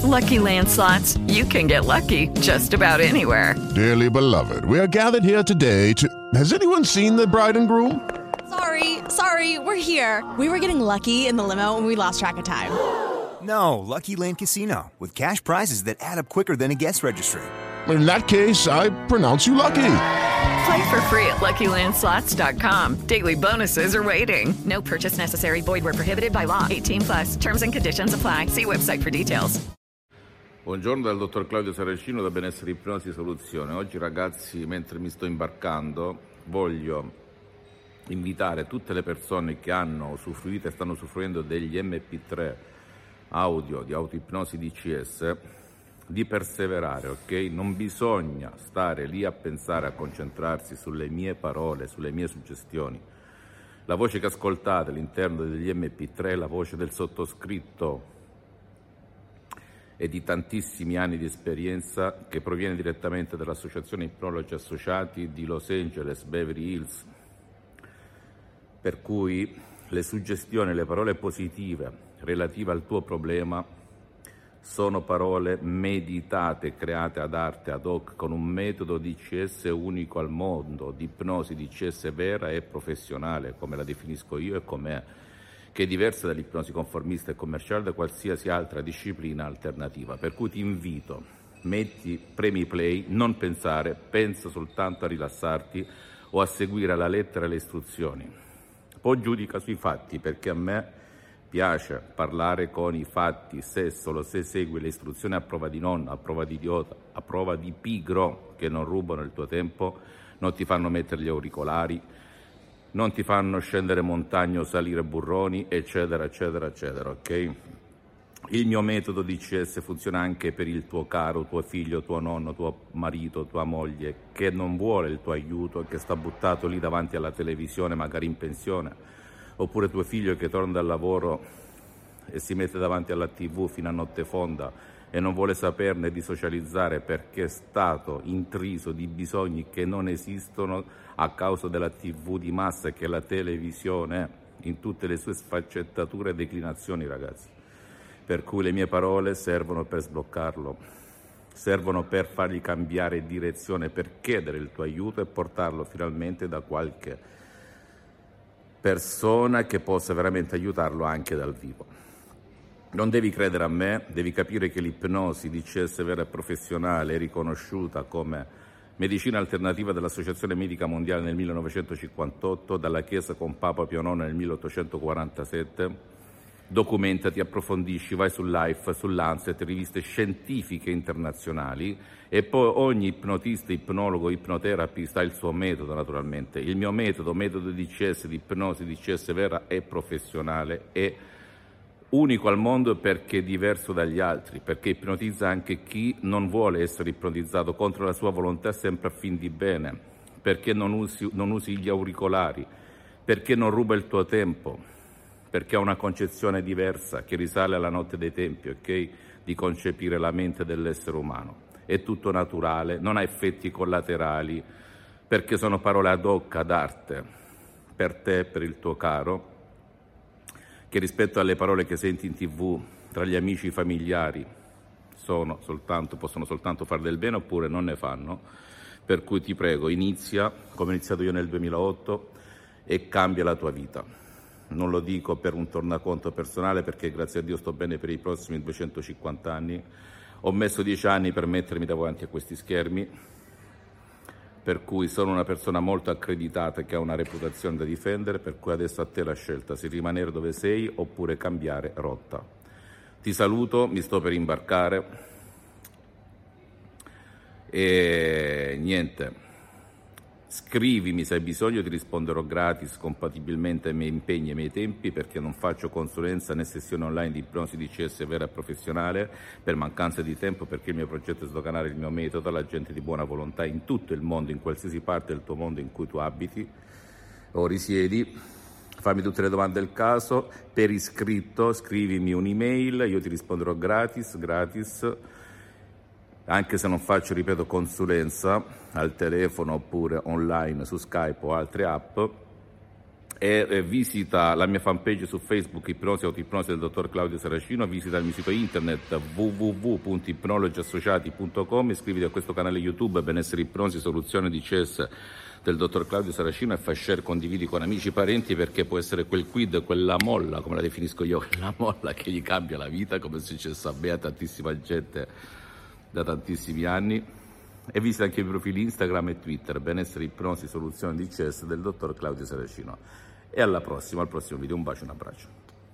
Lucky Land Slots, you can get lucky just about anywhere. Dearly beloved, we are gathered here today to... Has anyone seen the bride and groom? Sorry, we're here. We were getting lucky in the limo and we lost track of time. No, Lucky Land Casino, with cash prizes that add up quicker than a guest registry. In that case, I pronounce you lucky. Play for free at LuckyLandSlots.com. Daily bonuses are waiting. No purchase necessary. Void where prohibited by law. 18+. Terms and conditions apply. See website for details. Buongiorno dal dottor Claudio Saracino da Benessere Ipnosi Soluzione. Oggi ragazzi, mentre mi sto imbarcando, voglio invitare tutte le persone che hanno usufruito e stanno usufruendo degli MP3 audio di autoipnosi DCS di perseverare, ok? Non bisogna stare lì a pensare, a concentrarsi sulle mie parole, sulle mie suggestioni. La voce che ascoltate all'interno degli MP3 è la voce del sottoscritto e di tantissimi anni di esperienza che proviene direttamente dall'Associazione Ipnologi Associati di Los Angeles, Beverly Hills, per cui le suggestioni, le parole positive relative al tuo problema sono parole meditate, create ad arte, ad hoc, con un metodo DCS unico al mondo, di ipnosi DCS vera e professionale, come la definisco io e com'è, che è diversa dall'ipnosi conformista e commerciale da qualsiasi altra disciplina alternativa. Per cui ti invito, premi play, non pensare, pensa soltanto a rilassarti o a seguire alla lettera le istruzioni. Poi giudica sui fatti, perché a me piace parlare con i fatti. Se solo se segui le istruzioni a prova di nonno, a prova di idiota, a prova di pigro, che non rubano il tuo tempo, non ti fanno mettere gli auricolari, non ti fanno scendere montagne o salire burroni, eccetera, eccetera, eccetera, ok? Il mio metodo DCS funziona anche per il tuo caro, tuo figlio, tuo nonno, tuo marito, tua moglie, che non vuole il tuo aiuto e che sta buttato lì davanti alla televisione, magari in pensione, oppure tuo figlio che torna dal lavoro e si mette davanti alla TV fino a notte fonda e non vuole saperne di socializzare perché è stato intriso di bisogni che non esistono a causa della TV di massa che è la televisione in tutte le sue sfaccettature e declinazioni, ragazzi. Per cui le mie parole servono per sbloccarlo, servono per fargli cambiare direzione, per chiedere il tuo aiuto e portarlo finalmente da qualche persona che possa veramente aiutarlo anche dal vivo. Non devi credere a me, devi capire che l'ipnosi DCS vera e professionale è riconosciuta come medicina alternativa dall'Associazione Medica Mondiale nel 1958, dalla Chiesa con Papa Pio IX nel 1847. Documentati, approfondisci, vai su Life, sull'Lancet, riviste scientifiche internazionali, e poi ogni ipnotista, ipnologo, ipnoterapista ha il suo metodo naturalmente. Il mio metodo DCS, di ipnosi DCS vera e professionale, è unico al mondo perché è diverso dagli altri, perché ipnotizza anche chi non vuole essere ipnotizzato contro la sua volontà, sempre a fin di bene, perché non usi gli auricolari, perché non ruba il tuo tempo, perché ha una concezione diversa che risale alla notte dei tempi, ok? Di concepire la mente dell'essere umano. È tutto naturale, non ha effetti collaterali, perché sono parole ad hoc, ad arte, per te e per il tuo caro, che rispetto alle parole che senti in TV, tra gli amici, i familiari, possono soltanto fare del bene oppure non ne fanno. Per cui ti prego, inizia, come ho iniziato io nel 2008, e cambia la tua vita. Non lo dico per un tornaconto personale, perché grazie a Dio sto bene per i prossimi 250 anni. Ho messo 10 anni per mettermi davanti a questi schermi, per cui sono una persona molto accreditata che ha una reputazione da difendere, per cui adesso a te la scelta, se rimanere dove sei oppure cambiare rotta. Ti saluto, mi sto per imbarcare e niente. Scrivimi se hai bisogno, ti risponderò gratis, compatibilmente ai miei impegni e ai miei tempi, perché non faccio consulenza né sessione online di ipnosi DCS vera e professionale per mancanza di tempo, perché il mio progetto è sdoganare il mio metodo alla gente di buona volontà in tutto il mondo, in qualsiasi parte del tuo mondo in cui tu abiti o risiedi. Fammi tutte le domande del caso, per iscritto scrivimi un'email, io ti risponderò gratis, anche se non faccio, ripeto, consulenza al telefono oppure online su Skype o altre app, E visita la mia fanpage su Facebook, Ipnosi Autoipnosi del dottor Claudio Saracino, visita il mio sito internet www.ipnologiassociati.com, iscriviti a questo canale YouTube Benessere Ipnosi Soluzione di CES del dottor Claudio Saracino e fa share, condividi con amici e parenti, perché può essere quel quid, quella molla, come la definisco io, quella molla che gli cambia la vita, come è successo a me, a tantissima gente da tantissimi anni. E visita anche i profili Instagram e Twitter Benessere Ipnosi Soluzione di CES del dottor Claudio Saracino. E alla prossima, al prossimo video. Un bacio, un abbraccio.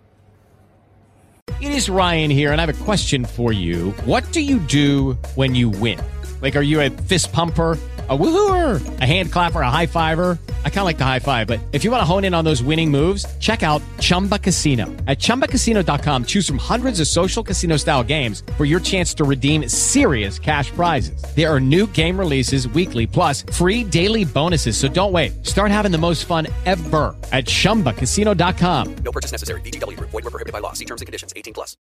It is Ryan here, and I have a question for you. What do you do when you win? Like, are you a fist pumper, a woohooer, a hand clapper, a high fiver? I kind of like the high five, but if you want to hone in on those winning moves, check out Chumba Casino. At ChumbaCasino.com, choose from hundreds of social casino-style games for your chance to redeem serious cash prizes. There are new game releases weekly, plus free daily bonuses, so don't wait. Start having the most fun ever at ChumbaCasino.com. No purchase necessary. VGW Group. Void where prohibited by law. See terms and conditions. 18+.